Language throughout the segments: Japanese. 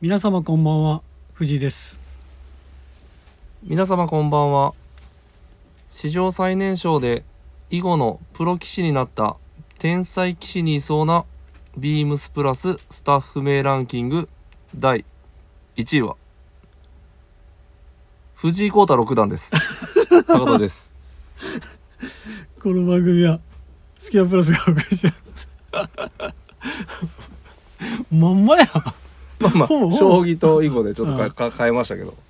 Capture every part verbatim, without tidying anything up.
皆様こんばんは、藤井です。 皆様こんばんは。史上最年少で囲碁のプロ棋士になった天才棋士にいそうなビームスプラススタッフ名ランキングだいいちいは藤井聡太六段です。高田です。 この番組はスキャンプラスがお送りしますまんまやまあまあほぼほぼ将棋と囲碁でちょっとかか変えましたけど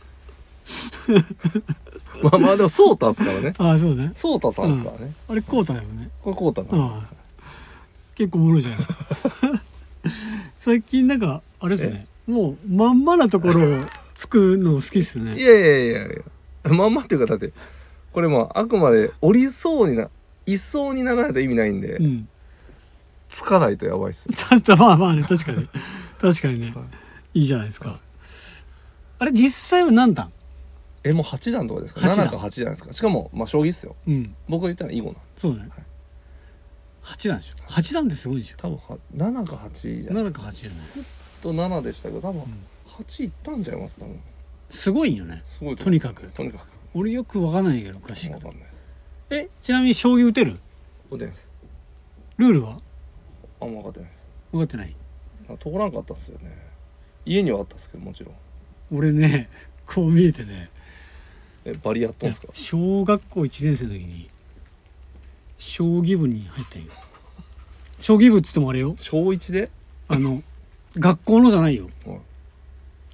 まあまあでも聡太っすからね。 ああ、そうね。 聡太さんですからね、 あれこうたよね。 これ聡太なの。 ああ、結構おもろいじゃないですか最近なんかあれですね、もうまんまなところをつくの好きっすね。 いやいやいやいや、まんまっていうか、だってこれもあくまで折りそうにないそうにならないと意味ないんで、 うん、 つかないとやばいっす。 たまあまあね、確かに確かにね、いいじゃないですか。あれ実際は何段？ え、もうはち段とかですか？ はち段ななかはちじゃないですか。しかもまあ将棋っすよ。 うん、 僕が言ったら囲碁なんで。 そうね、はい、はち段でしょ。はち段ってすごいでしょ。 多分はななかはちじゃないですか。 ななかはちじゃない。 ずっとななでしたけど、多分うん、 はちいったんちゃいます多分。 すごいよね。 すごいとにかくとにかく俺よくわかんないけど詳しいこと。 わかんないです。 え、ちなみに将棋打てる？ 打てないです。 ルールはあんま分かってないです。 分かってない。 通らんかったっすよね。家にはあったんですけど、もちろん。 俺ね、こう見えてね、 え、バリやっとんすか？ 小学校いちねん生の時に将棋部に入ったんよ。将棋部っつってもあれよ、 小いちで？ あの学校のじゃないよ、 はい、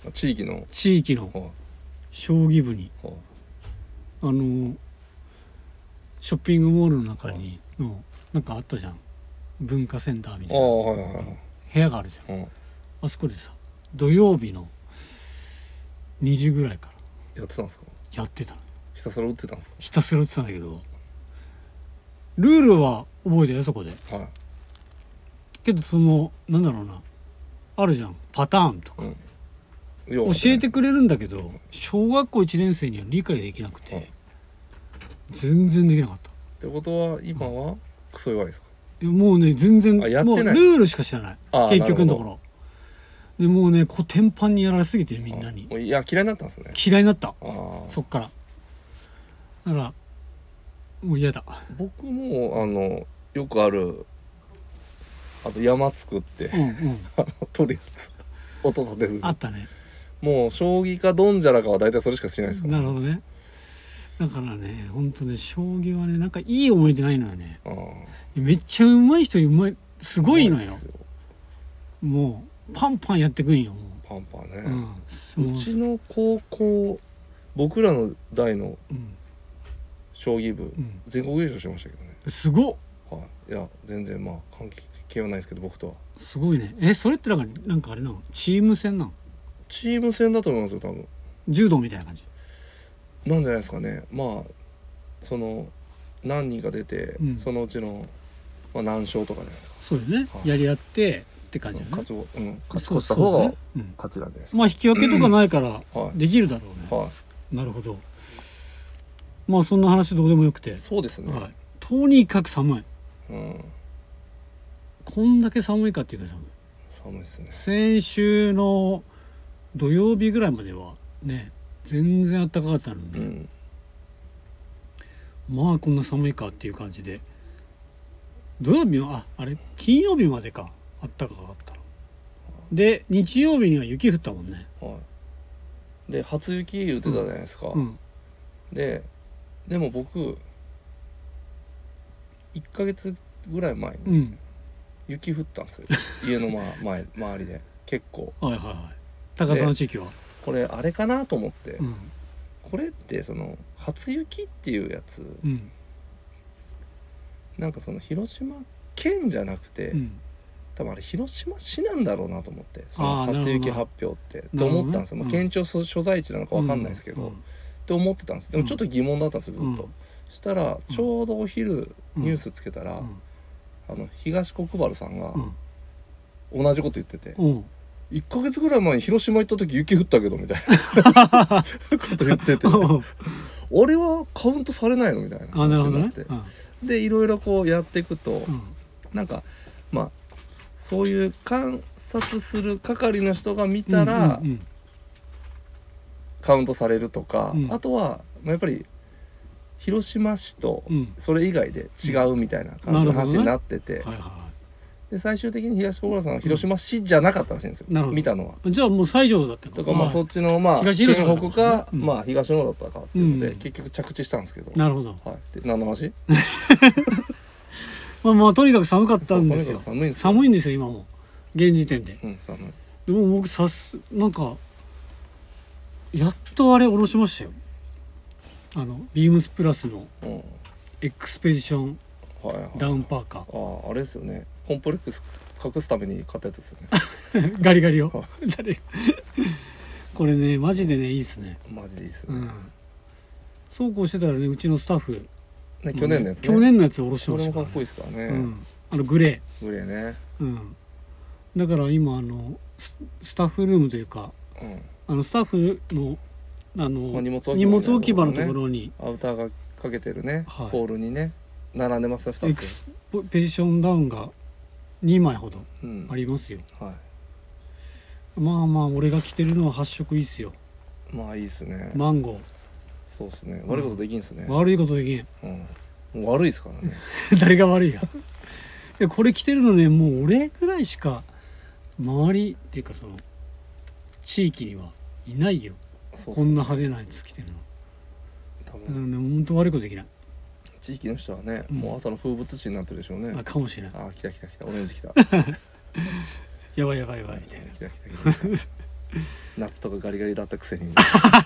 地域の地域の将棋部に、 はい、 あのショッピングモールの中にのなんかあったじゃん、文化センターみたいな、 ああ、はいはいはい、 部屋があるじゃん、 うん、 あそこでさ、土曜日のにじぐらいからやってたんですか？ やってたの。 ひたすら打ってたんですか？ ひたすら打ってたんだけど、ルールは覚えてるよ、そこで。 はい。 けどそのなんだろうな、あるじゃん、パターンとか、 うん、 教えてくれるんだけど、小学校いちねん生には理解できなくて、全然できなかった。 ってことは今はクソ弱いですか？ いやもうね、全然もうルールしか知らない、結局のところで。もうね、コテンパンにやられすぎて、みんなに。 いや、嫌いになったんですね。 嫌いになった、 あ、 そっから。だからもう嫌だ。 僕もあのよくある、あと山作って、うん、うん、取るやつ、音立てずにあったね。 もう将棋かドンジャラかは大体それしかしないですから、ね、 なるほどね。だからね、ほんとね、将棋はね、なんかいい思い出ないのよね。めっちゃうまい人、うまい、すごいのよ。もうパンパンやってくんよ、もうパンパンね、 うん、 うちの高校、僕らの代の将棋部、うん、全国優勝しましたけどね。 すごっ、 はい、いや全然まあ関係はないですけど、僕とは。 すごいね。え、それってなんか、なんかあれなの、チーム戦なの？ チーム戦だと思いますよ、多分。 柔道みたいな感じなんじゃないですかね。まあその何人か出て、うん、そのうちの、まあ、何勝とかじゃないですか。 そうよね、はい、やり合ってって感じだね。 勝ち、うん、勝ち取った方が勝ちなんじゃないですか。 まあ引き分けとかないからできるだろうね、はい、なるほど。まあそんな話どうでもよくて。 そうですね、はい、 とにかく寒い、うん、こんだけ寒いかっていうか寒い。 寒いですね。 先週の土曜日ぐらいまではね、全然暖かかったのに、うん、まあこんな寒いかっていう感じで、土曜日はああれ金曜日までか暖かかったので、日曜日には雪降ったもんね、 はい、で初雪言ってたじゃないですか、うんうん、ででも僕いっかげつぐらい前に雪降ったんですよ、うん、家の前周りで結構はいはいはい、高さの地域はこれあれかなと思って、うん、これってその初雪っていうやつ、うん、なんかその広島県じゃなくて、うん、多分あれ広島市なんだろうなと思って、その初雪発表ってと思ったんですよ、ね、まあ、県庁所在地なのか分かんないですけど、うんうん、って思ってたんです。でもちょっと疑問だったんですよ、ずっと、うん、したらちょうどお昼ニュースつけたら、うん、あの東国原さんが同じこと言ってて、うん、いっかげつぐらい前に広島行った時雪降ったけどみたいなこと言ってて俺はカウントされないのみたいな話になって、ね、うん、でいろいろこうやっていくと、うん、なんかまあそういう観察する係の人が見たら、うんうんうん、カウントされるとか、うん、あとはやっぱり広島市とそれ以外で違うみたいな感じの話になってて、うんねはいはい、で最終的に東小倉さんは広島市じゃなかったらしいんですよ、うん、見たのは。 じゃあもう西条だったのとかまあそっちのまあ県北か、うん、まあ東のだったかっていうので、うん、結局着地したんですけど。 なるほど、 はい、で何の話まあまあとにかく寒かったんですよ。 寒いんですよ。 寒いんですよ今も現時点で、 うん、寒い。 でも僕さすなんかやっとあれ下ろしましたよ、あのビームスプラスのエクスペディションダウンパーカー、 はいはい、あああれですよね、コンプレックス隠すために買ったやつですよねガリガリを誰これねマジでねいいっすね、 マジでいいっすね、うん、 そうこうしてたらねうちのスタッフね、去年のやつね、 去年のやつを下ろしてましたから、 ね、これもかっこいいですからね、 うん、あのグレーグレーね、 うん、だから今あのスタッフルームというか、うん、あのスタッフのあの、まあ、荷物置き場のところにアウターがかけてるね、はい、ポールにね並んでますねふたつ。エクスペディションダウンがにまいほどありますよ、 うんはい、 まあまあ俺が着てるのは発色いいっすよ。 まあいいっすね、 マンゴー。 そうっすね、悪いことできんっすね、 うん、悪いことできん、 うん、もう悪いっすからね誰が悪いやでこれ着てるのねもう俺ぐらいしか周りっていうかその地域にはいないよ、ね、こんな派手なやつ着てるの多分。だからね本当悪いことできない。 地域の人はね、うん、もう朝の風物詩になってるでしょうね。 あかもしれない。 あ来た来た来たオレンジ来たやばいやばいやばいみたいな。 来た来た来た夏とかガリガリだったくせに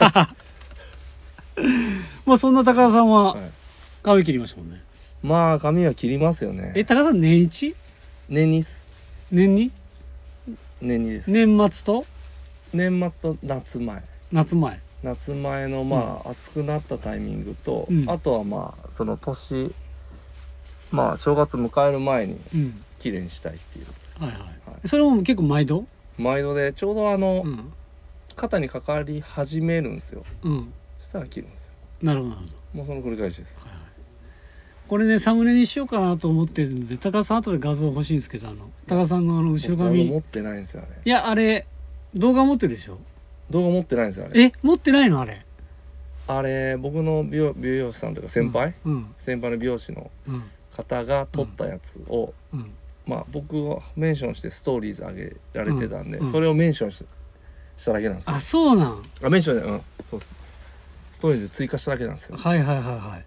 まあそんな高田さんは髪切りましたもんね。 まあ髪は切りますよね。 え高田さん年一？ 年にっす。 年に？ 年にです。 年末と？ 年末と夏前。 夏前。 夏前のまあ、うん、暑くなったタイミングと、うん、あとはまあその年まあ正月迎える前に綺麗にしたいっていう、 うん、はいはい、はい、それも結構毎度毎度でちょうどあの、うん、肩にかかり始めるんですよ、うん、そしたら切るんですよ。 なるほどなるほど。もうその繰り返しです、はいはい、 これねサムネにしようかなと思ってるんで高田さん後で画像欲しいんですけど、あの高田さんのあの後ろ髪持ってないんですよあれ。 いやあれ動画持ってるでしょ。 動画持ってないんですよあれ。 え持ってないのあれ。 あれ僕の美容、美容師さんというか先輩、うんうん、先輩の美容師の方が撮ったやつを、うんうん、まあ僕をメンションしてストーリーズ上げられてたんで、うんうん、それをメンションし、しただけなんですよ。 あそうなん。 あメンションでうんそうですストーリーズ追加しただけなんですよ。 はいはいはいはい。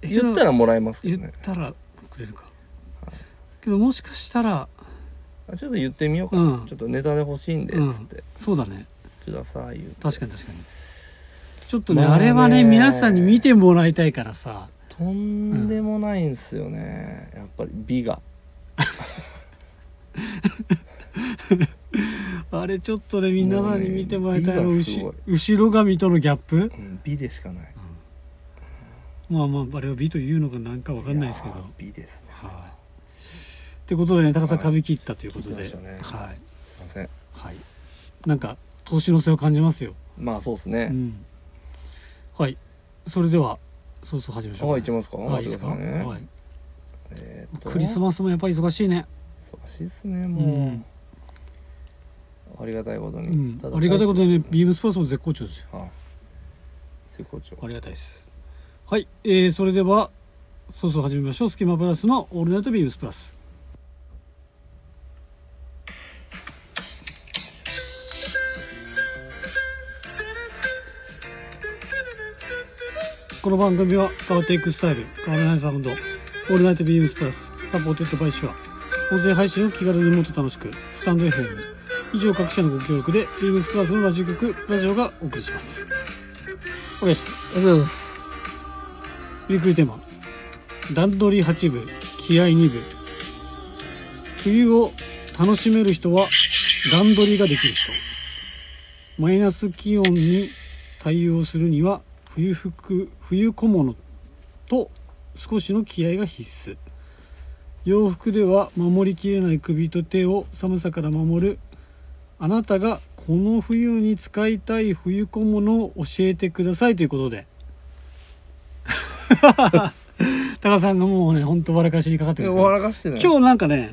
言ったらもらえますけどね。 言ったらくれるか、はい、けどもしかしたらちょっと言ってみようかな、うん、ちょっとネタで欲しいんでっつって、うん、 そうだねください言うて。 確かに確かにちょっとね、まあ、ねあれはね皆さんに見てもらいたいからさとんでもないんすよね、うん、やっぱり美があれちょっとね皆さんに見てもらいたいの、ね、後ろ髪とのギャップ、うん、 美でしかない、 うん、まあまああれは美というのかなんかわかんないですけど美ですね。 はい、ってことでね高田さん髪切ったということで、はい、 ね、はい、すいません、 はい、なんか年の瀬を感じますよ。 まあそうですね、うん、 はい、それではそうそう始めましょう、ね。 はい、行きますか。 はい、いいですか。はい。 えー、っとクリスマスもやっぱり忙しいね。 忙しいですね、もう、うん、ありがたいことに、うん、ありがたいことにね、ビームスプラスも絶好調ですよ。 はい、絶好調。 ありがたいです。はい、えー、それではそうそう始めましょう。スキマプラスのオールナイトビームスプラス。この番組は変わっていくスタイル変わらないサウンドオールナイトビームスプラスサポーテッドバイシュア音声配信を気軽にもっと楽しくスタンド エフエム 以上各社のご協力でビームスプラスのラジオ局ラジオがお送りします。お願いします。 ありがとうございます。 ウィークリーテーマ段取りはち部気合に部。冬を楽しめる人は段取りができる人。マイナス気温に対応するには冬服、冬小物と少しの気合が必須。洋服では守りきれない首と手を寒さから守るあなたがこの冬に使いたい冬小物を教えてくださいということで高さんがもうねほんと笑かしにかかってるんですけど、 笑かしてない。 今日なんかね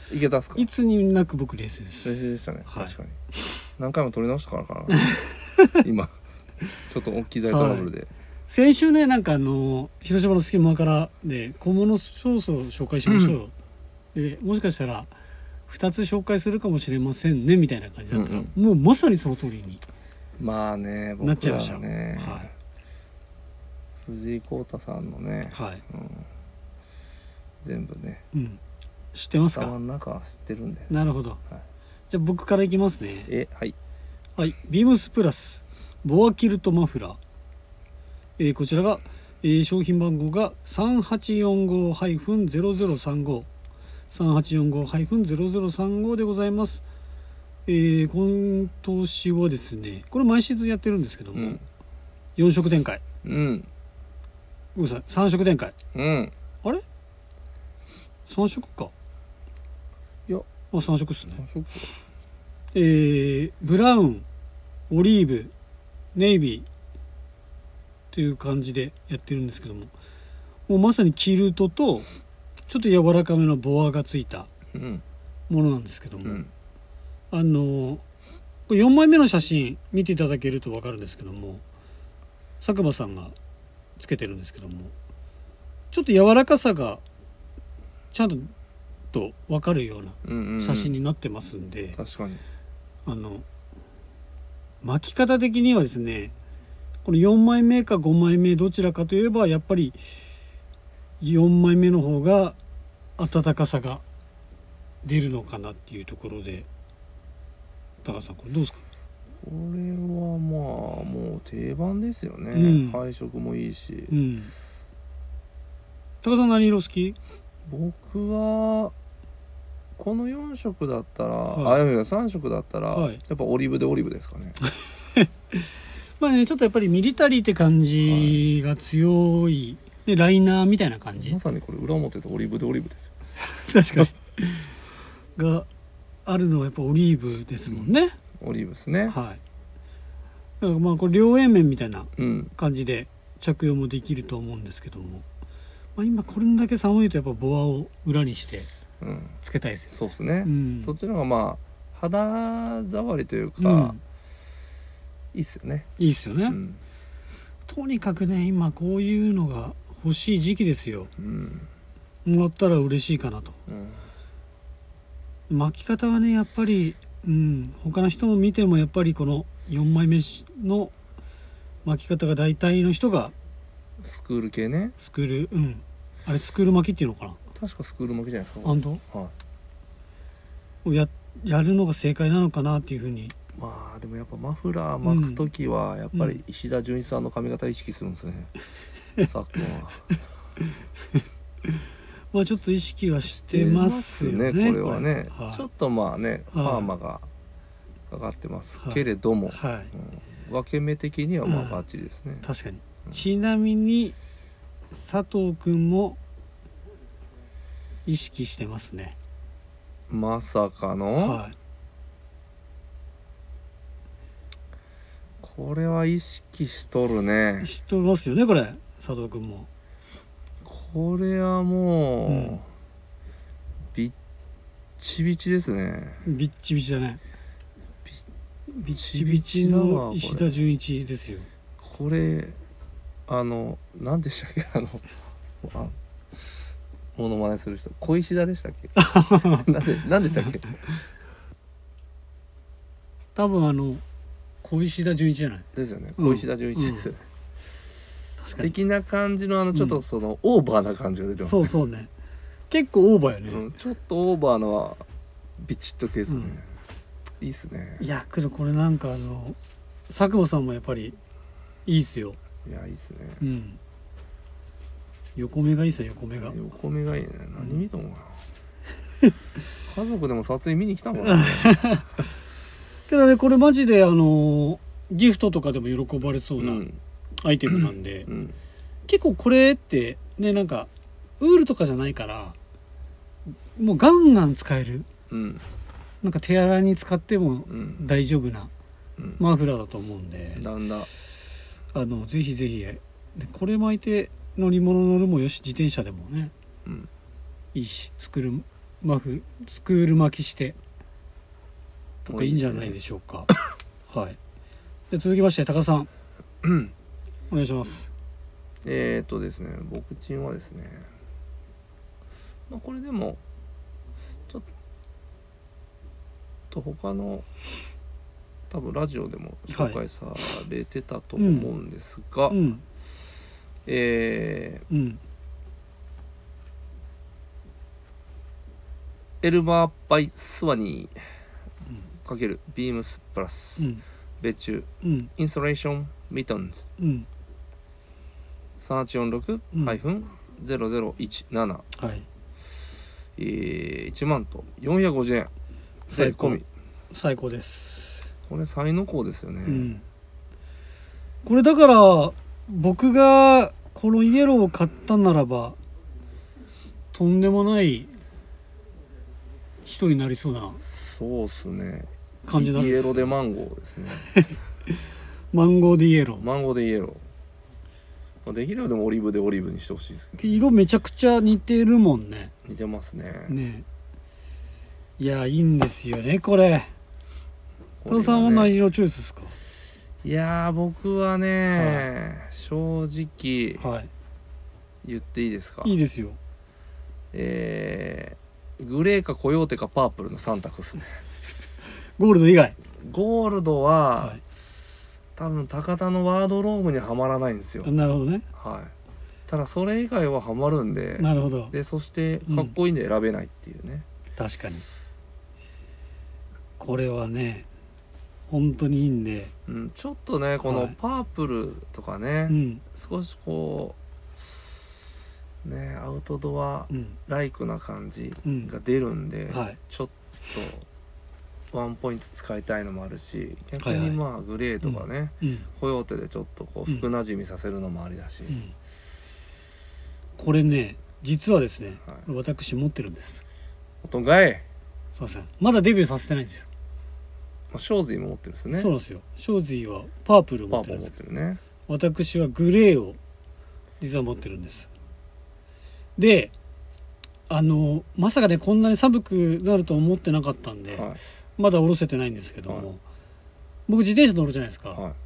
いけたっすか？ いつになく僕冷静です冷静でしたね、 はい、 確かに何回も撮り直したからかな今ちょっと大きい材トラブルで、はい、 先週ねなんかあの広島の隙間からで小物少々紹介しましょうよ、うん、でもしかしたらふたつ紹介するかもしれませんねみたいな感じだったら、うんうん、もうまさにその通りにまあね僕らはね、はい、藤井耕太さんのね、はいうん、全部ね、うん、 知ってますか？ 頭の中は知ってるんで、ね、 なるほど、はい、じゃあ僕からいきますね。 えはい、 はい、ビームスプラスボアキルトマフラー、えー、こちらが、えー、商品番号が さんはちよんご ゼロゼロさんご さんはちよんご ゼロゼロさんご でございます。えー、今年はですねこれ毎シーズンやってるんですけども、うん、よん色展開、うんごめんなさいさん色展開、うん、あれさん色かいやあさん色っすね。えー、ブラウンオリーブネイビーという感じでやってるんですけども、もうまさにキルトとちょっと柔らかめのボアがついたものなんですけども、うん、あのよんまいめの写真見ていただけると分かるんですけども佐久間さんがつけてるんですけどもちょっと柔らかさがちゃんとと分かるような写真になってますんで、うんうんうん、 確かにあの巻き方的にはですねこのよんまいめかごまいめどちらかといえばやっぱりよんまいめの方が温かさが出るのかなっていうところで高橋さんこれどうですか？ これはまあもう定番ですよね、うん、配色もいいし、うん、 高橋さん何色好き？ 僕はこのよん色だったら、はい、あいやさん色だったら、はい、やっぱオリーブでオリーブですかねまあねちょっとやっぱりミリタリーって感じが強い、はい、でライナーみたいな感じまさにこれ裏表とオリーブでオリーブですよ確かにがあるのはやっぱオリーブですもんね、 うん、オリーブですね。はい。だからまあこれ両円面みたいな感じで着用もできると思うんですけども、まあ、今これだけ寒いとやっぱボアを裏にしてつけたいですよ、ねうん、そうですね、うん、そっちの方がまあ肌触りというか、うん、いいっすよね。 いいっすよね、うん、とにかくね今こういうのが欲しい時期ですよ、うん、もらったら嬉しいかなと、うん、巻き方はねやっぱり、うん、他の人も見てもやっぱりこのよんまいめの巻き方が大体の人がスクール系ね。 スクールうんあれスクール巻きっていうのかな。 確かスクール巻きじゃないですか。 あんと、はい、や, やるのが正解なのかなっていうふうに。 まあでもやっぱマフラー巻くときはやっぱり石田純一さんの髪型意識するんですね、うん、さっきはまあちょっと意識はしてますよね、 ねこれはね、はい、ちょっとまあね、はい、パーマがかかってます、はい、けれども、はいうん、分け目的にはまあバッチリですね、 うん、確かに、うん、ちなみに佐藤くんも意識してますね。 まさかの、はい、これは意識しとるね。 しとますよねこれ佐藤くんも。 これはもう、うん、ビッチビチですね。 ビッチビチだね。ビッチビチの石田純一ですよ。 これあの何でしたっけあのあモノマネする人小石田でしたっけ何で何でしたっけ多分あの小石田純一じゃないですよね。小石田純一ですよね、うんうん、確かに的な感じのあのちょっとその、うん、オーバーな感じが出てます、 ね、そうそうね結構オーバーよね、 うん、ちょっとオーバーなはビチッとケースね、うん、いいっすね。 いやけどこれなんかあの佐久間さんもやっぱりいいっすよ。 いやいいっすね、 うん、横目がいいっすよ横目が横目がいいね。何見と思うな家族でも撮影見に来たもんねけどねこれマジであのギフトとかでも喜ばれそうなアイテムなんで、うんうん、結構これってねなんかウールとかじゃないからもうガンガン使える、うん、なんか手洗いに使っても大丈夫なマフラーだと思うんで、 うん、だんだんあのぜひぜひでこれ巻いて乗り物乗るもよし自転車でもね、うん、いいしスクールマフスクール巻きしてとかいいんじゃないでしょうか。はい。で続きまして高さんお願いします。 えー、っとですね僕ちんはですね、まあ、これでもちょっと他の多分ラジオでも紹介されてたと思うんですが、 はいうん、 えーうんエルバーバイスワニー×ビームスプラス、うん、別注、うん、インストレーションミトンズ、うん、さんはちよんろく ゼロゼロいちなな、はいえー、いちまんとよんひゃくごじゅうえん最高最高です。 これ最の高ですよね、うん、 これだから僕がこのイエローを買ったならばとんでもない人になりそうなそうっすね感じなんです。 イエローでマンゴーですねマンゴーでイエローマンゴーでイエロー、まあ、できればでもオリーブでオリーブにしてほしいですけど色めちゃくちゃ似てるもんね。 似てますねねいやいいんですよねこれ。多田さんは何色チョイスですか？ いや僕はね、はい、正直、はい、言っていいですか？ いいですよ。 えー、グレーかコヨーテかパープルのさん択ですねゴールド以外ゴールドは、はい、多分高田のワードローブにはまらないんですよ。 なるほどね。 はい、ただそれ以外ははまるんで。 なるほど。 でそしてかっこいいんで選べないっていうね、 うん、確かにこれはね本当にいいんで、 うん、ちょっとねこのパープルとかね、はい、少しこうねアウトドアライクな感じが出るんで、うんはい、ちょっとワンポイント使いたいのもあるし逆にまあグレーとかね、はいはい、コヨーテでちょっとこう服なじみさせるのもありだし、うんうん、 これね実はですね、はい、私持ってるんです。 おとんかい。 すいませんまだデビューさせてないんですよ。 まあ、ショーズイも持ってるんですね。 そうなんですよ。ショーズイはパープルを持ってるんですけど、ね、私はグレーを実は持ってるんです。であのまさかねこんなに寒くなると思ってなかったんで、はい、まだ下ろせてないんですけども、はい、僕自転車乗るじゃないですか、はい、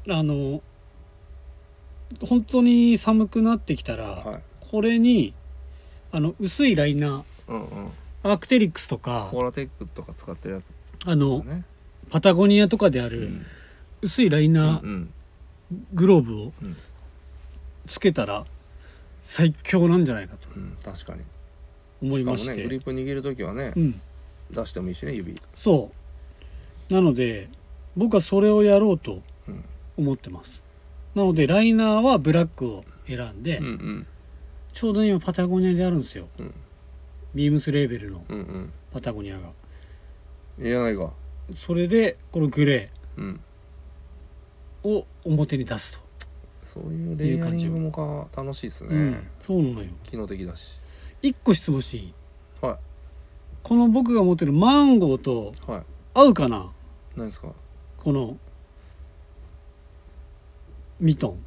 あの本当に寒くなってきたら、はい、これにあの薄いライナー、うんうん、アークテリックスとかコーラテックとか使ってるやつあの、ね、パタゴニアとかである薄いライナーグローブをつけたら最強なんじゃないかと、うん、 確かに思いまして、 しかもねグリップ握るときはね、うん、出してもいいしね指。 そうなので僕はそれをやろうと思ってます、うん、なのでライナーはブラックを選んで、うんうん、ちょうど今パタゴニアであるんですよ、うん、ビームスレーベルのパタゴニアが、うんうんいやないか。 それでこのグレーを表に出すと、 そういうレイヤリングもか楽しいですね、うん、 そうなのよ。 機能的だし。 一個質問していい？ はい。 この僕が持ってるマンゴーと合うかな、はい、 何ですかこのミトン。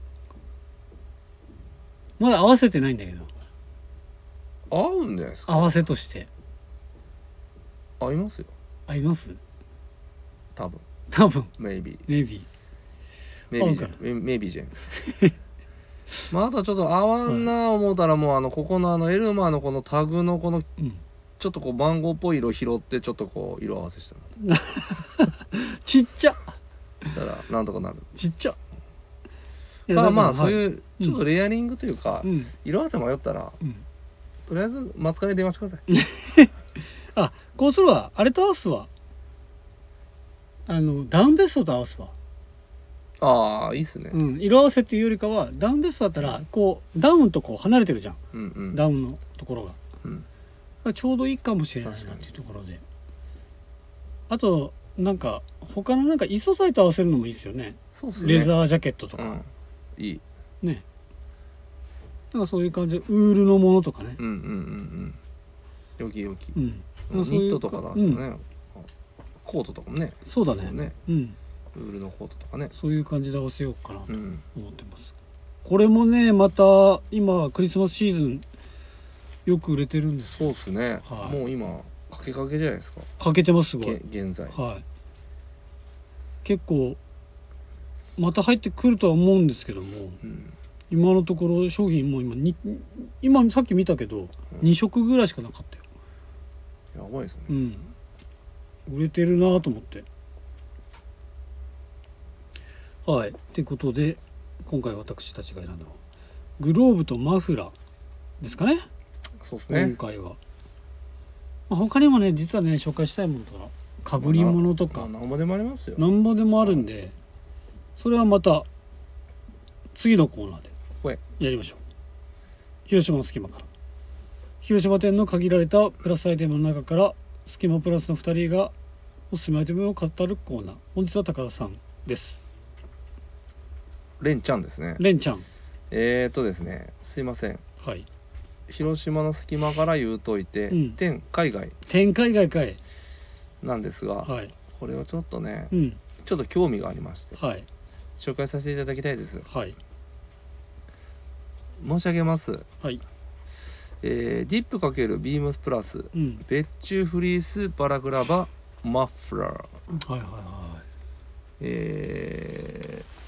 まだ合わせてないんだけど。 合うんじゃないですか。 合わせとして合いますよ。 合います？ 多分多分 maybe maybe maybe じゃん maybe じゃんまああとちょっと合わんな思うたらもうあのここのあのエルマーのこのタグのこのちょっとこうマンゴーっぽい色拾ってちょっとこう色合わせしたのちっちゃしたらなんとかなる。 ちっちゃまあまあそういうちょっとレイヤリングというか色合わせ迷ったらとりあえず松川に電話してくださいあ、こうするわ。あれと合わすわ。あのダウンベストと合わすわ。 ああいいっすね、 うん、色合わせっていうよりかはダウンベストだったらこうダウンとこう離れてるじゃん、うんうん、ダウンのところが、うん、ちょうどいいかもしれないなっていうところで。あとなんか他のなんか異素材と合わせるのもいいですよね。 そうっすね。 レザージャケットとか、うん、 いいね。なんかそういう感じでウールのものとかね。 うんうんうんうんよきよき、うん、ニットとかだとね、うん、コートとかもね。 そうだね。 ね、うん、ウールのコートとかね。 そういう感じで合わせようかなと思ってます、うん、これもねまた今クリスマスシーズンよく売れてるんですそうですね、 はい、 もう今かけかけじゃないですか。 かけてますすごい現在、 はい、結構また入ってくるとは思うんですけども、うん、今のところ商品も今に今さっき見たけど、うん、に色ぐらいしかなかったよ。 やばいですね、 うん、売れてるなと思って。はいってことで今回私たちが選んだのはグローブとマフラーですかね。 そうですね今回は、まあ、他にもね実はね紹介したいものとかかぶり物とか、 まあ、何ぼでもありますよ。 何ぼでもあるんで、それはまた次のコーナーでやりましょう。広島の隙間から広島店の限られたプラスアイテムの中から隙間プラスのふたりがおすすめアイテムを語るコーナー。本日は高田さんです。 レンちゃんですね。 レンちゃんえーとですねすいません、 はい、 広島の隙間から言うといて、うん、天海外天海外かいなんですが、はい、これはちょっとね、うん、ちょっと興味がありまして、はい、紹介させていただきたいです。はい、申し上げます。はい、えー、ディップ×ビームスプラス、うん、別注フリースバラグラバマッフラー、はいはいはい、えー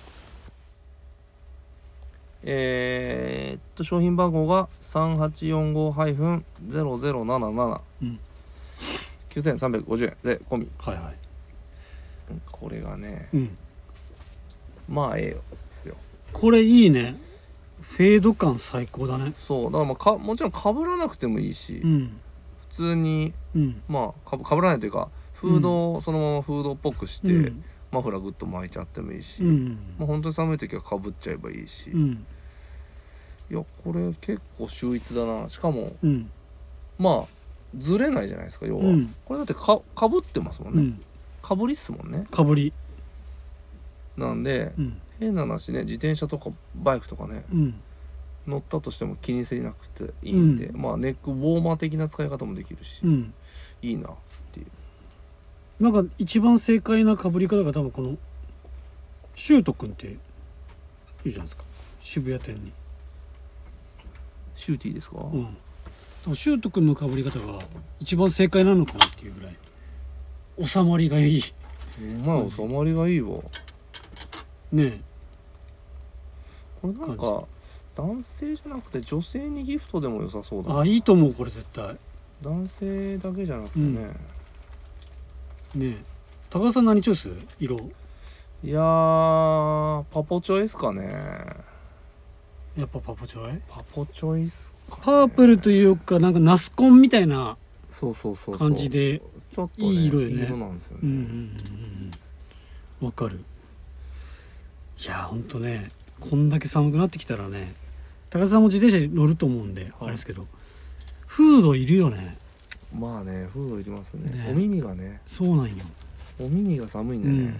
えー、っと商品番号が さんはちよんご ゼロゼロなななな、うん、きゅうせんさんびゃくごじゅうえん税込み、はいはい、これがね、うん、まあええよですよ。 これいいね。フェード感最高だね。 そうだからまあかもちろんかぶらなくてもいいし、うん、普通に、うん、まあかぶ、かぶらないというかフードを、うん、そのままフードっぽくして、うん、マフラーグッと巻いちゃってもいいし、うん、まあ、本当に寒い時はかぶっちゃえばいいし、うん、いやこれ結構秀逸だな。しかも、うん、まあずれないじゃないですか要は、うん、これだって か, かぶってますもんね、うん、かぶりっすもんね。 かぶりなんで、うん、変な話ね自転車とかバイクとかね、うん、乗ったとしても気にせなくていいんで、うん、まあネックウォーマー的な使い方もできるし、うん、いいなっていう。 なんか一番正解なかぶり方が多分このシュートくんっていいじゃないですか。渋谷店にシューティーですか、 うん、シュートくんのかぶり方が一番正解なのかなっていうぐらい収まりがいい。 お前収まりがいいわねえ。 これなんか男性じゃなくて女性にギフトでも良さそうだな。 あ、いいと思うこれ絶対。 男性だけじゃなくてね、うんねえ、高田さん何チョイス？色？ いやーパポチョイスかね。 やっぱパポチョイ？ パポチョイスか、ね、 パープルというかなんかナスコンみたいな感じでちょっと、ね、 いい色よね。 いい色なんですよね。うんうんうんうん。わかる。いやほんとね、こんだけ寒くなってきたらね、高田さんも自転車に乗ると思うんで、はい、あれですけど、フードいるよね。 まあね、フードいります ね, ねお耳がね。 そうなんよ。 お耳が寒いんでね、うん、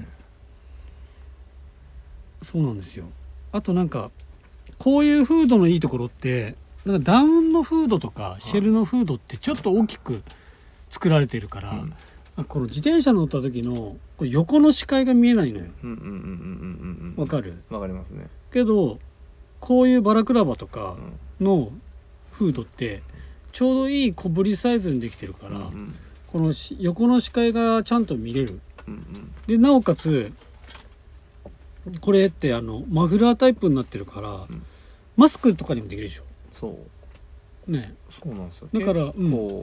そうなんですよ。あとなんかこういうフードのいいところってなんかダウンのフードとかシェルのフードってちょっと大きく作られてるから、うん、この自転車乗った時のこれ横の視界が見えないのよ。わかる？ わかりますね。 けどこういうバラクラバとかのフードってちょうどいい小ぶりサイズにできてるから、うんうん、この横の視界がちゃんと見れる、うんうん、でなおかつこれってあのマフラータイプになってるから、うん、マスクとかにもできるでしょ。 そうね、 そうなんですよ。 だから結構、うん、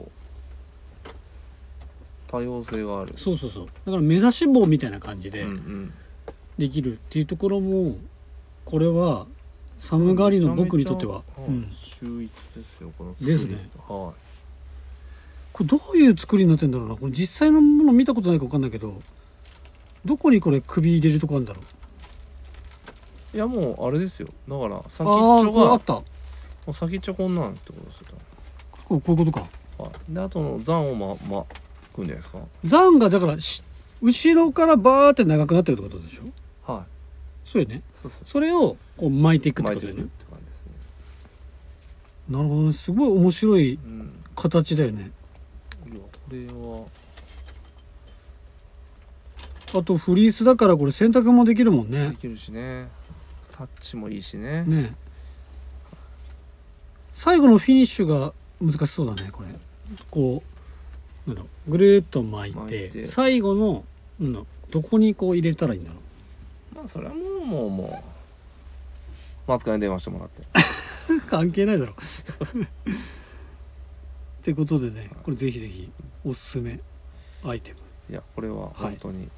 多様性がある。 そうそうそう。だから目出し帽みたいな感じでできるっていうところもこれは寒がりの僕にとっては秀逸ですよこの作りですね。はい。これどういう作りになってんだろうな。これ実際のもの見たことないか分かんないけど、どこにこれ首入れるとこあるんだろう。いやもうあれですよ。だから先っちょがあった。 先っちょこんなんってことですよ。 こうこういうことか。 はい。であとの残をままくんじゃないですか。 残がだからし後ろからバーって長くなってるってことでしょ。はい。そうよね。そうそう。それをこう巻いていくってことだよね。巻いていくって感じですね。なるほどね。すごい面白い形だよね。 うん、いやこれは。 あとフリースだからこれ洗濯もできるもんね。 できるしね。タッチもいいしね。 ね。最後のフィニッシュが難しそうだねこれ。こうなんだろうぐるーっと巻いて、 巻いて最後のなんだろうどこにこう入れたらいいんだろう。 まあそれはもうもうもうマツカに電話してもらって関係ないだろってことでね、これぜひぜひおすすめアイテム。 いやこれは本当に、はい、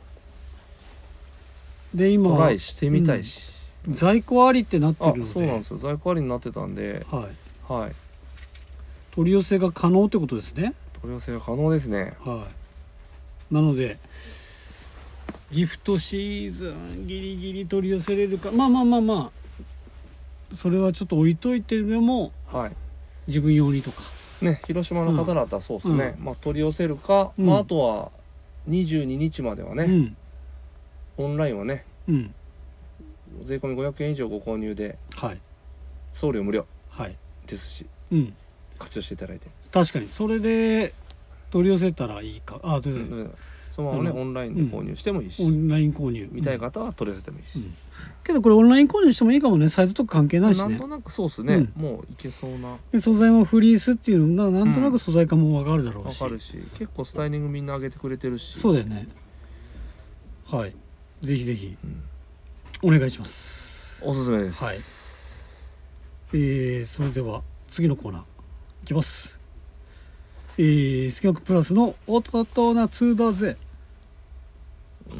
で今トライしてみたいし、 うん、在庫ありってなってるので。 あそうなんですよ、在庫ありになってたんで、 はいはい、 取り寄せが可能ってことですね。 取り寄せが可能ですね。 はいなのでギフトシーズンギリギリ取り寄せれるか、まあまあまあまあそれはちょっと置いといてでも、 はい、 自分用にとかね、広島の方だったらそうですね、うん、まあ取り寄せるか、うん、まああとはにじゅうににちまではね、うん、オンラインはね、うん、税込みごひゃくえん以上ご購入で、はい、送料無料ですし、はい、うん、活用していただいて。 確かにそれで取り寄せたらいいか。あ、どうぞ、 うんそのままねオンラインで購入してもいいし、 うん、オンライン購入見たい方は取り寄せてもいいし、うん、 けどこれオンライン購入してもいいかもね。サイズとか関係ないしね。 なんとなくそうっすね、うん、もういけそうな。 で素材もフリースっていうのがなんとなく素材感も分かるだろうし、 分かるし結構スタイリングみんな上げてくれてるし。 そうだよね。はいぜひぜひ、うん、お願いします。 おすすめです。 はいえー、それでは次のコーナーいきます。えー、スキャンクプラスのおとと夏だぜ。 う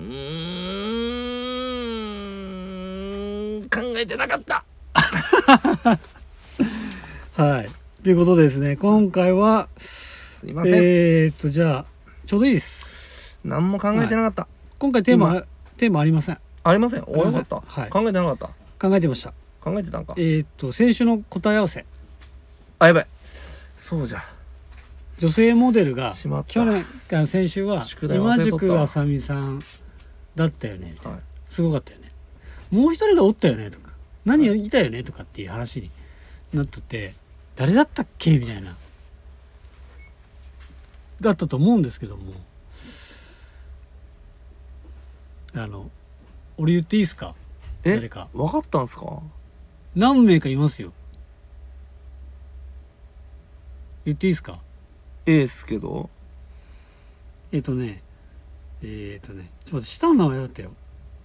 ーん考えてなかったはいということでですね、今回はすいませんえー、っとじゃあちょうどいいです。 何も考えてなかった、はい、 今回テーマテーマありません。 ありません。およかった、はい、考えてなかった。 考えてました。 考えてたんか。 えー、っと先週の答え合わせ。 あやばいそうじゃ。 女性モデルが去年か先週は今宿あさみさんだったよねみたいな、はい、すごかったよね。もう一人がおったよねとか何いたよねとかっていう話になってて、誰だったっけみたいなだったと思うんですけども、あの俺言っていいですか。 え誰か分かったんすか。 何名かいますよ。言っていいですか。 ええっすけどえっとねえっとねちょっと待って下の名前だったよ。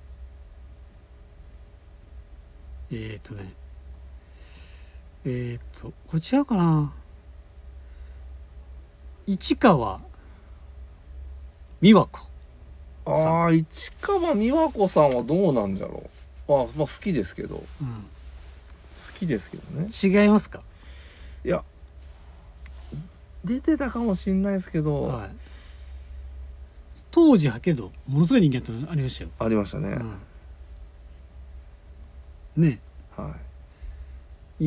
えっとねえっとこれ違うかな。市川美和子。 ああ市川美和子さんはどうなんじゃろう。あまあ好きですけど、うん、好きですけどね。 違いますか。 いや出てたかもしれないですけど、はい、 当時はけどものすごい人気あったのありましたよ。 ありましたね、 うん、ねはい。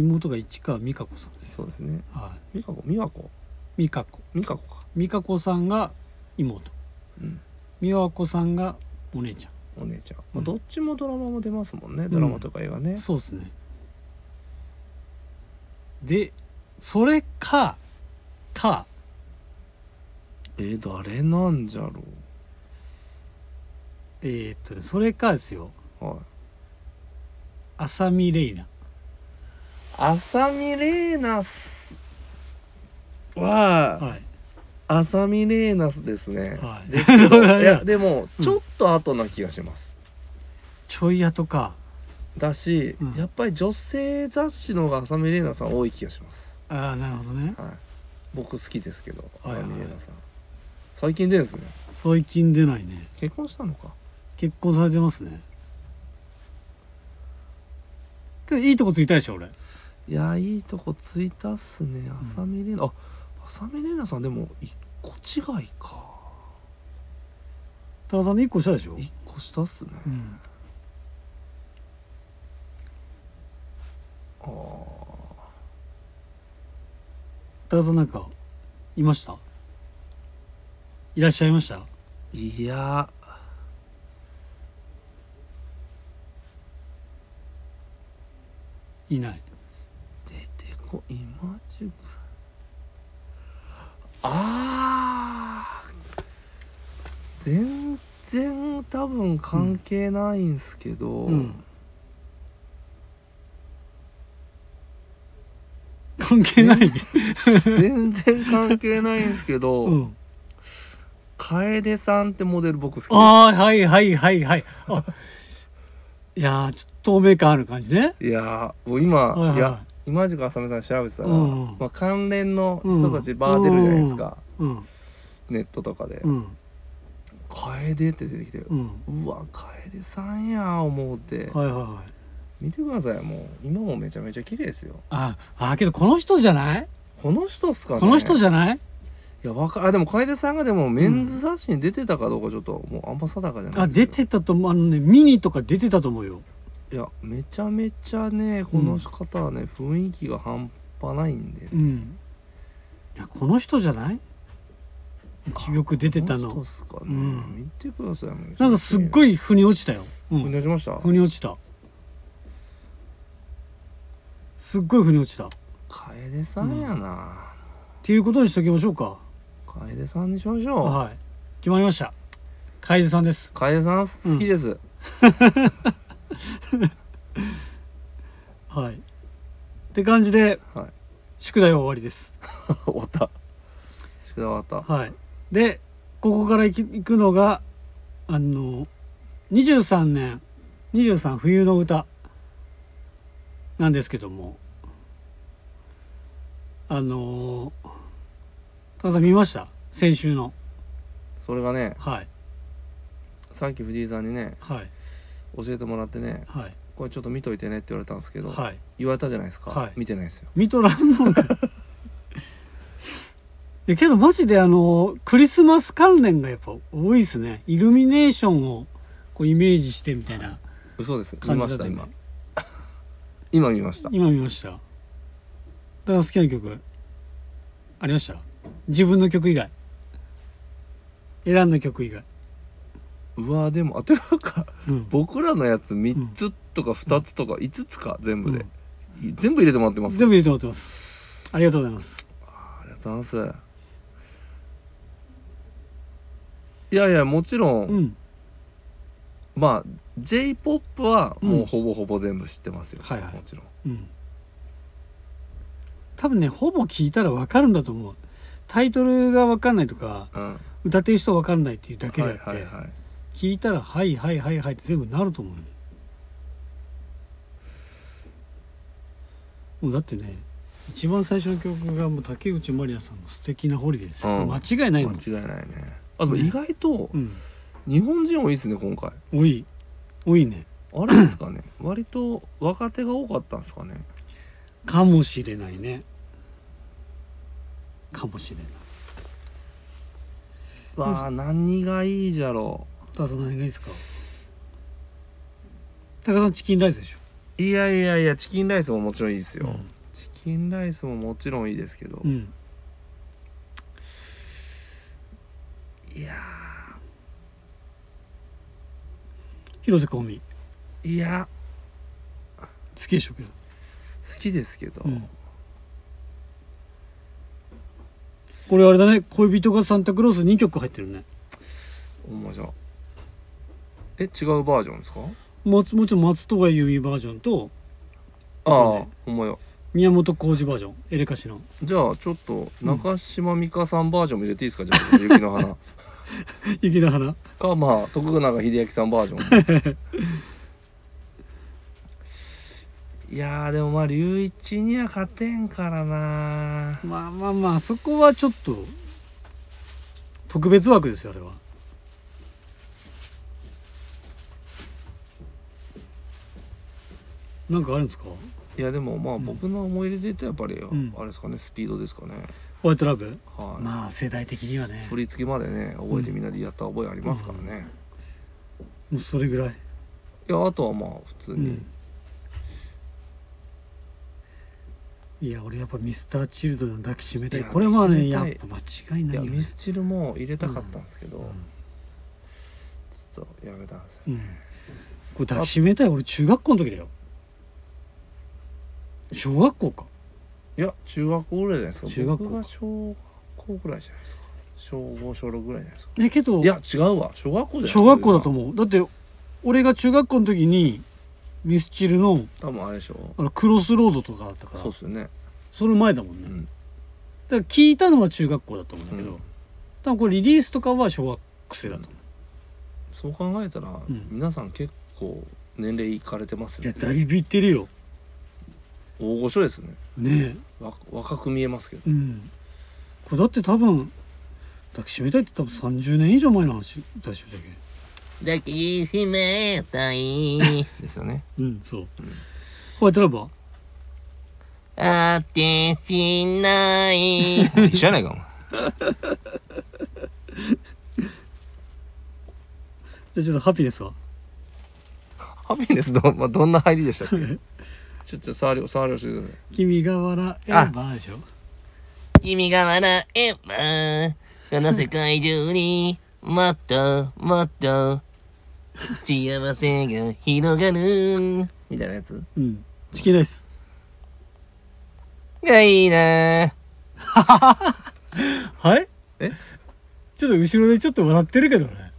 妹が市川美香子さんです。 そうですね、 はい、 美香子美和子美香子美香子か美香子さんが妹、うん、美和子さんがお姉ちゃんお姉ちゃん、まあ、どっちもドラマも出ますもんね、うん、ドラマとか映画ね、 そうですね。でそれかかえー、誰なんじゃろう。 えー、っとねそれかですよ。 はい。 浅見玲奈。 浅見玲奈は、はい、浅見玲奈ですね、はい、ですけどいやでもちょっと後な気がします、 うん、ちょい後かだし、うん、やっぱり女性雑誌の方が浅見玲奈さん多い気がします。 ああなるほどね、 はい、僕好きですけど浅見玲奈さん、はいはい、最近出るんですね。 最近出ないね。 結婚したのか。 結婚されてますね。でいいとこついたでしょ俺。 いやいいとこついたっすね。浅見玲奈、うん、あ浅見玲奈さんでも一個違いか。 高田さんの一個下でしょ。 一個下っすね、うん、ああ高田さんなんかいました。いらっしゃいました。 いやいない。 出てこ今塾あー全然多分関係ないんすけど、うんうん、 関係ない全然関係ないんですけど、うん、楓さんってモデル僕好きです。 ああはいはいはいはいあいやちょっと透明感ある感じね。 いやもう今、はいはい、いや今時浅見さん調べてたら、うんまあ、関連の人たちバー出るじゃないですか、うんうん、ネットとかで、うん、楓って出てきて、うん、うわ楓さんや思うて、はいはいはい、見てください。もう今もめちゃめちゃ綺麗ですよ。 ああけどこの人じゃない？ この人っすかね。 この人じゃない？いやわかあでも楓さんがでもメンズ雑誌に出てたかどうかちょっともうあんま定かじゃない。 あ出てたと思う。あのねミニとか出てたと思うよ。 いやめちゃめちゃねこの方はね、うん、雰囲気が半端ないんで、ね、うんいやこの人じゃない？一玉出てたの。 この人っすかね、うん、見てください。 なんかすっごい腑に落ちたよ、 うん、腑に落ちました。 腑に落ちた。すっごい腑に落ちた。 楓さんやな、うん、 っていうことにしときましょうか。 楓さんにしましょう。 はい決まりました。楓さんです。 楓さん好きです、うんはいって感じで、はい、宿題は終わりです終わった宿題終わったはいでここから行くのがあのにじゅうさんねんにじゅうさん冬の歌なんですけどもあの高さん見ました？先週のそれがね、 はい、 さっき藤井さんにね、はい、教えてもらってね、はい、これちょっと見といてねって言われたんですけど、はい、言われたじゃないですか、はい、見てないですよ。 見とらんのけどマジであのクリスマス関連がやっぱ多いですね。イルミネーションをこうイメージしてみたいな、 嘘です。見ました今今見ました今見ました。だから好きな曲ありました？自分の曲以外選んだ曲以外。 うわでもあというか、うん、僕らのやつみっつとかふたつとかいつつか全部で、うん、全部入れてもらってます。 全部入れてもらってます。ありがとうございます。 ありがとうございます。いやいやもちろん、うん、まあ J-ポップ はもうほぼほぼ全部知ってますよ、うん、はいはい、もちろん、うん、 多分ねほぼ聞いたら分かるんだと思う。タイトルが分かんないとか、うん、歌ってる人分かんないっていうだけであって、はいはいはい、聞いたらはいはいはいはいって全部なると思う、ね、もうだってね一番最初の曲がもう竹内まりやさんの素敵なホリデーです、うん、間違いないもん。 間違いないね。あでも意外と、うん、日本人多いですね今回。 多い多いね。 あれですかね割と若手が多かったんですかね。 かもしれないねかもしれない。 わあ何がいいじゃろう。 高さん何がいいですか？高さんチキンライスでしょ。 いやいやいやチキンライスももちろんいいですよ、うん、チキンライスももちろんいいですけど、うん、いや広瀬香美いや好きでしょうけど好きですけど、うん、 これあれだね恋人がサンタクロースにきょく入ってるね。 おまじゃえ違うバージョンですか？ も, もちろん松任谷由実バージョンとああ、ね、ほんまや宮本浩次バージョンエレカシの。 じゃあちょっと中島美嘉さんバージョンも入れていいですか？じゃあ雪の花雪の花かまあ徳永英明さんバージョンいやでもまあ龍一には勝てんからな。 まあまあまあそこはちょっと特別枠ですよあれは。なんかあるんですか？ いやでもまあ僕の思い入れで言うとやっぱり、うん、あれですかねスピードですかね。 ホワイトラブ、 はい、 まあ世代的にはね振り付けまでね覚えてみんなでやった覚えありますからね、 うん、もうそれぐらい。いやあとはまあ普通に、うんいや俺やっぱミスターチルドレンの抱きしめたい。これはねやっぱ間違いないよね。 いやミスチルも入れたかったんですけど、うん、ちょっとやめたんですよ、ねうん、 これ抱きしめたい俺中学校の時だよ。小学校か。 いや中学校ぐらいじゃないですか。 中学校僕が小学校ぐらいじゃないですか。小ご小ろくぐらいじゃないですか。 えけどいや違うわ小学校じゃない。 小学校だと思う。だって俺が中学校の時にミスチルの多分あれでしょあのクロスロードとかだったから。 そうっすよね。 その前だもんね、 うん、 だから聞いたのは中学校だと思うんだけど、うん、多分これリリースとかは小学生だと思う、 うん、そう考えたら、うん、皆さん結構年齢いかれてますよね。 いやだいぶいってるよ。 大御所ですね。 ねえわ若く見えますけど、 うん、これだって多分抱きしめたいって多分さんじゅうねん以上前の話だしょじゃけ抱きしめたいですよね。 うんそう、うん、ホワイトラブはあてしない一緒やないかお前じゃあちょっとハピネスはハピネス ど,、まあ、どんな入りでしたっけちょっと触り触りをしてください。 君が笑えばでしょ。 君が笑えばこの世界中にもっともっと幸せが広がるみたいなやつ。 うん。チキンライスがいいなはい。えちょっと後ろでちょっと笑ってるけどね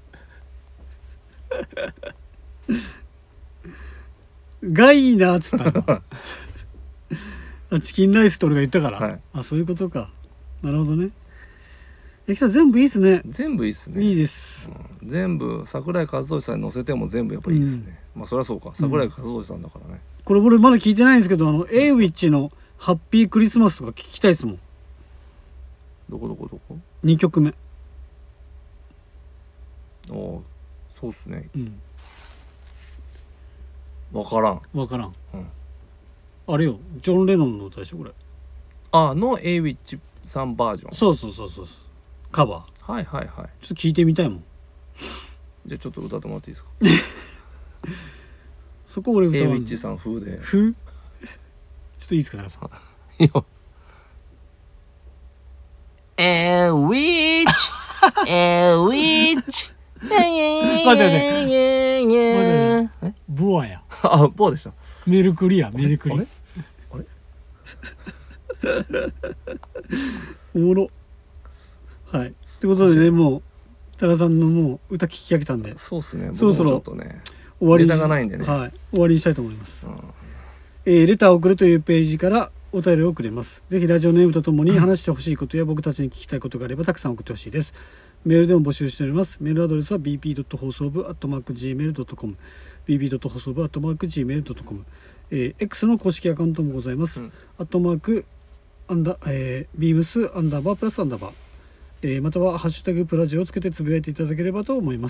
がいいなっつったのあチキンライスと俺が言ったから、はい、あそういうことか。なるほどね。えきた全部いいっすね。 全部いいっすね。 いいです、 うん、全部桜井和寿さんに乗せても全部やっぱいいっすね、うん、まあそりゃそうか桜井和寿さんだからね、うん、 これ俺まだ聞いてないんですけどあのエイウィッチのハッピークリスマスとか聞きたいですもん。 どこどこどこにきょくめ。ああそうっすね。 うん分からん分からん、 うん、 あれよジョン・レノンの歌でしょこれ。 あのエイウィッチさんバージョン。 そうそうそうそうカバーはいはいはい。ちょっと聞いてみたいもん。 じゃあちょっと歌ってもらっていいですかそこ俺歌わんエイウィッチさん風で風ちょっといいですか皆さんいいよ。エイウィッチエイウィッチ待って待って待ってボアや。 あボアでした。 メルクリやメルクリ。あれあれおもろ。はいってことでねもう多賀さんのもう歌聞き飽きたんでそうっすね。 そろそろちょっとね終わりにネタがないんでね、 はい、終わりにしたいと思います、 うんえー、レターを送るというページからお便りをくれます。ぜひラジオネームとともに話してほしいことや僕たちに聞きたいことがあればたくさん送ってほしいです。メールでも募集しております。メールアドレスは ビーピー 放送部 アットマーク ジーメール ドットコム ビーピー 放送部 アットマーク ジーメール ドットコム、えー、X の公式アカウントもございます、うん、アットマークアンダ、えー、ビームスアンダーバープラスアンダーバー、えー、またはハッシュタグプラジオをつけてつぶやいていただければと思います。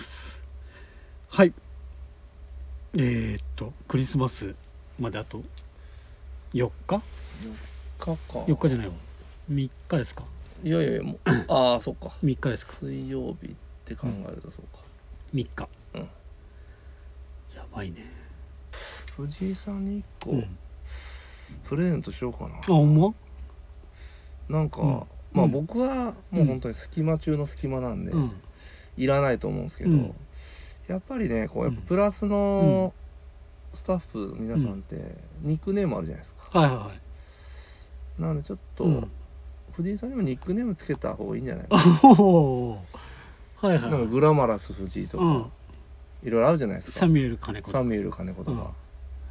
はいえー、っとクリスマスまであとよっかよっかかよっかじゃないわみっかですか。 いやいやもうああそっかみっかですか。 水曜日って考えるとそうか、 うん、みっか、 うん、 やばいね。 藤井さんにいっこ、うん、プレゼントしようかな。あほんまなんか、うん、まあ僕はもう本当に隙間中の隙間なんで、うん、いらないと思うんですけど、うん、やっぱりねこうやっぱプラスのスタッフ皆さんってニックネームあるじゃないですか、 はいはいはいなのでちょっと、うん藤井さんにもニックネームつけた方がいいんじゃないかな。 はいはい。 なんかグラマラス藤井とか、うん、いろいろあるじゃないですか。 サミュエル金子とか。 サミュエル金子とか。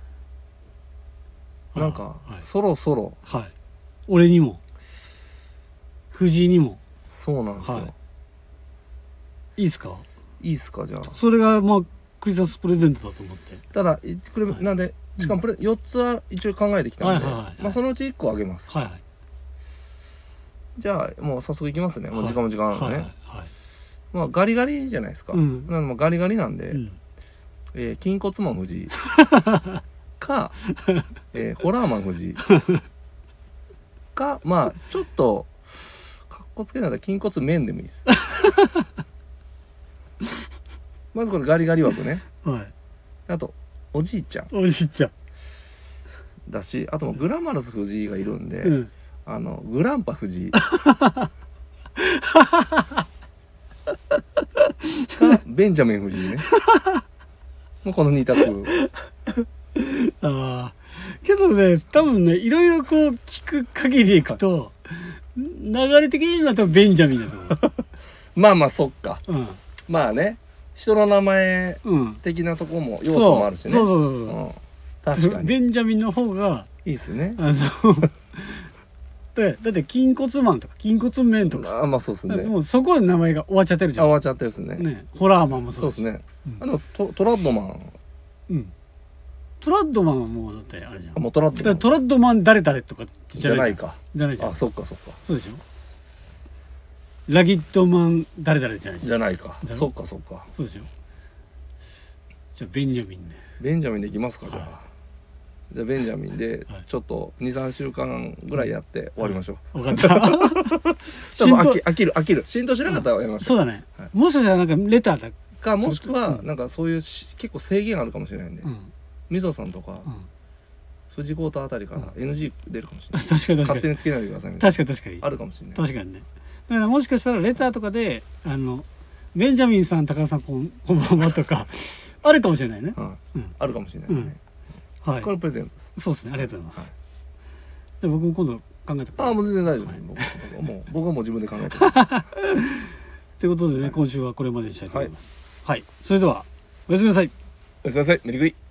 うん、なんか、はい、そろそろ。 はい。俺にも藤井にも。 そうなんですよ。はい、 いいですか。 いいですかじゃあ。 それがまあクリスマスプレゼントだと思って。 ただこれ、はい、なんでしかもプレ、うん、よっつは一応考えてきたんで、はいはいはいはい、まあそのうちいっこあげます。 はいはい。 じゃあもう早速いきますね。もう時間も時間なんでね、はいはいはい、まあガリガリじゃないですか、うん、なんでガリガリなんで、うんえー、筋骨マン藤井か、えー、ホラーマン藤井かまあちょっとかっこつけなら筋骨面でもいいですまずこれガリガリ枠ね、 はい、 あとおじいちゃんおじいちゃんだしあとグラマラス藤井がいるんで、うんあのグランパ藤井かベンジャミン藤井ねもうこのに択ああけどね多分ねいろいろこう聞く限りいくと流れ的には多分ベンジャミンだと思うまあまあそっか、 うん、 まあね人の名前的なところも要素もあるしね、 そうそうそうそう、うん、 確かにベンジャミンの方がいいですねあのでだって筋骨マンとか筋骨メンとかあまあそうですねもうそこで名前が終わっちゃってるじゃん。 あ終わっちゃってるですねねホラーマンもそそううだしですね、 うんあのトトラッドマンうんトラッドマンはもうだってあれじゃん。 あもうトラッドマンだからトラッドマン誰々とかじじゃなじゃんゃないいかじゃないじゃん。 あそっかそっかそうでしょ。ラギットマン誰々じゃないじゃん。 じゃないかじゃろそっかそっかそうでしょ。じゃあベンジャミンね。 ベンジャミンでいきますかじゃあ、 はじゃあベンジャミンではいちょっと にさんしゅうかんぐらいやって終わりましょう、 分かった。 多分飽浸き飽きる飽きる浸透しなかったらやめましょそうだね、 はいもしかしたらなんかレターだ。 うかもしくはうんなんかそういうし結構制限あるかもしれないんで、 うんみぞさんとかうん藤子太あたりから エヌジー 出るかもしれない、 確かに確かに勝手につけないでくださいみたい確かに確かになあるかもしれない確かにね。だからもしかしたらレターとかであのベンジャミンさん高田さんこんこんばんはとかあるかもしれないね。 はいうんあるかもしれないですね、 はいこれプレゼントですそうですねありがとうございます。 はいじゃあ僕も今度考えてくああもう全然大丈夫、 はい僕僕はもう僕はもう自分で考えてますということでね、今週はこれまでにしたいと思います。はい、それではおやすみなさい。 おやすみなさいメリクリ